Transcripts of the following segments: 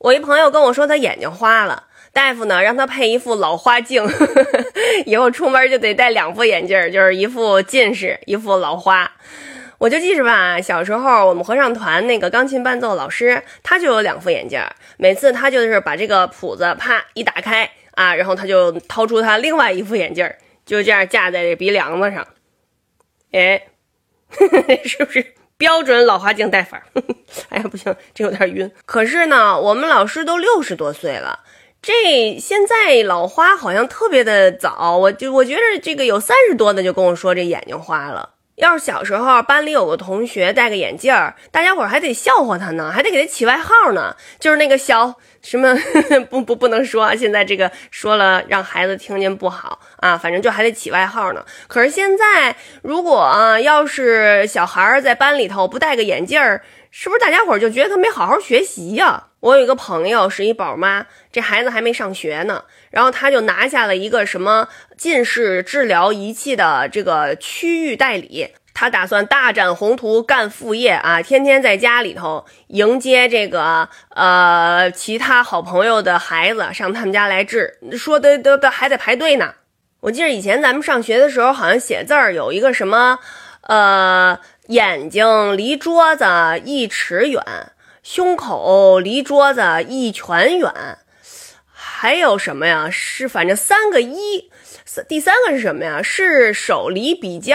我一朋友跟我说他眼睛花了，大夫呢让他配一副老花镜，以后出门就得戴2副眼镜，就是一副近视，一副老花。我就记着吧，小时候我们合唱团那个钢琴伴奏老师，他就有2副眼镜，每次他就是把这个谱子啪一打开啊，然后他就掏出他另外1副眼镜，就这样架在这鼻梁子上。哎，是不是标准老花镜戴法？哎呀，不行，这有点晕。可是呢，我们老师都60多岁了，这现在老花好像特别的早。我觉得这个有30多的就跟我说这眼睛花了。要是小时候班里有个同学戴个眼镜，大家伙还得笑话他呢，还得给他起外号呢，就是那个小什么不能说啊，现在这个说了让孩子听见不好啊，反正就还得起外号呢。可是现在如果要是小孩在班里头不戴个眼镜，是不是大家伙就觉得他没好好学习呀？我有一个朋友是一宝妈，这孩子还没上学呢，然后他就拿下了一个什么近视治疗仪器的这个区域代理，他打算大展宏图干副业啊，天天在家里头迎接这个其他好朋友的孩子上他们家来治，说的还得排队呢。我记得以前咱们上学的时候好像写字儿有一个什么眼睛离桌子1尺远，胸口离桌子1拳远，还有什么呀？是反正3个1，第3个是什么呀？是手离笔尖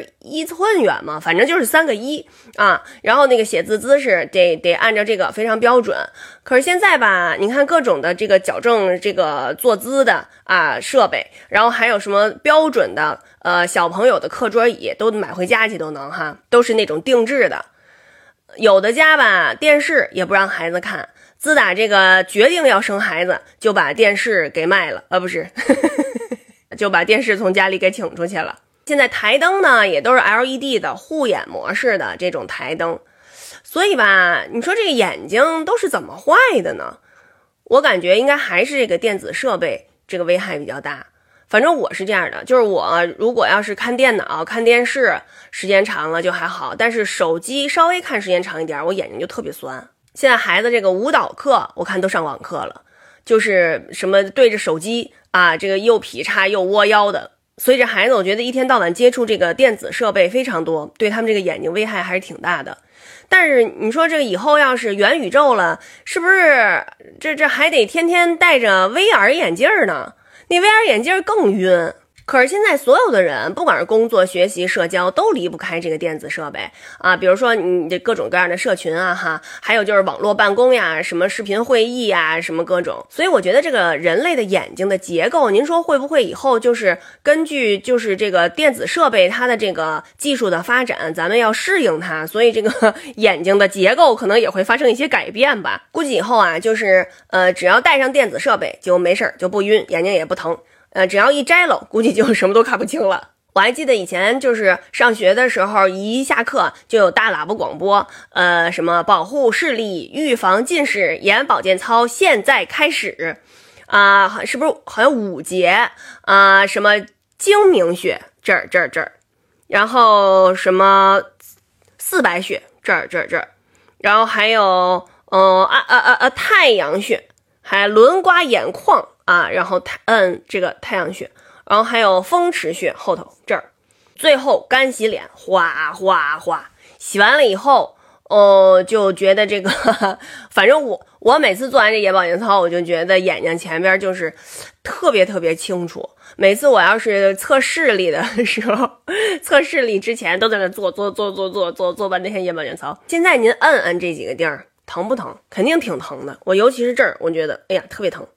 1寸远吗？反正就是3个1啊。然后那个写字姿势得按照这个非常标准。可是现在吧，你看各种的这个矫正这个坐姿的设备，然后还有什么标准的小朋友的课桌椅都买回家去都能哈，都是那种定制的。有的家吧，电视也不让孩子看，自打这个决定要生孩子，就把电视给卖了，不是，就把电视从家里给请出去了。现在台灯呢，也都是 LED 的护眼模式的这种台灯，所以吧，你说这个眼睛都是怎么坏的呢？我感觉应该还是这个电子设备这个危害比较大。反正我是这样的，就是我如果要是看电脑看电视时间长了就还好，但是手机稍微看时间长一点，我眼睛就特别酸。现在孩子这个舞蹈课我看都上网课了，就是什么对着手机这个又劈叉又窝腰的，所以这孩子我觉得一天到晚接触这个电子设备非常多，对他们这个眼睛危害还是挺大的。但是你说这个以后要是元宇宙了，是不是这还得天天戴着 VR 眼镜呢？那 VR 眼镜更晕。可是现在所有的人不管是工作学习社交都离不开这个电子设备比如说你这各种各样的社群还有就是网络办公呀，什么视频会议呀，什么各种。所以我觉得这个人类的眼睛的结构，您说会不会以后就是根据就是这个电子设备它的这个技术的发展，咱们要适应它，所以这个眼睛的结构可能也会发生一些改变吧。估计以后就是只要带上电子设备就没事，就不晕，眼睛也不疼。只要一摘了，估计就什么都看不清了。我还记得以前就是上学的时候，一下课就有大喇叭广播，什么保护视力、预防近视、眼保健操现在开始是不是好像5节什么睛明穴这儿，然后什么四白穴这儿，然后还有太阳穴，还轮刮眼眶然后这个太阳穴，然后还有风池穴后头这儿，最后干洗脸，哗哗哗，洗完了以后就觉得这个反正我每次做完这眼保健操，我就觉得眼睛前边就是特别特别清楚。每次我要是测视力的时候，测视力之前都在那做完那些眼保健操。现在您摁这几个地儿疼不疼？肯定挺疼的。我尤其是这儿，我觉得哎呀特别疼。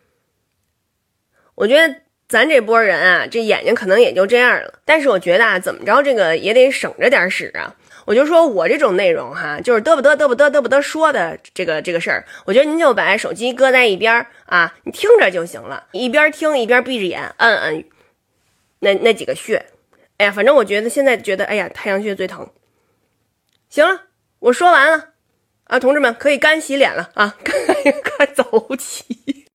我觉得咱这波人这眼睛可能也就这样了，但是我觉得怎么着这个也得省着点使我就说我这种内容就是嘚不得说的这个事儿，我觉得您就把手机搁在一边你听着就行了，一边听一边闭着眼摁那几个穴。哎呀，反正我觉得现在觉得哎呀太阳穴最疼。行了，我说完了同志们可以干洗脸了快走起。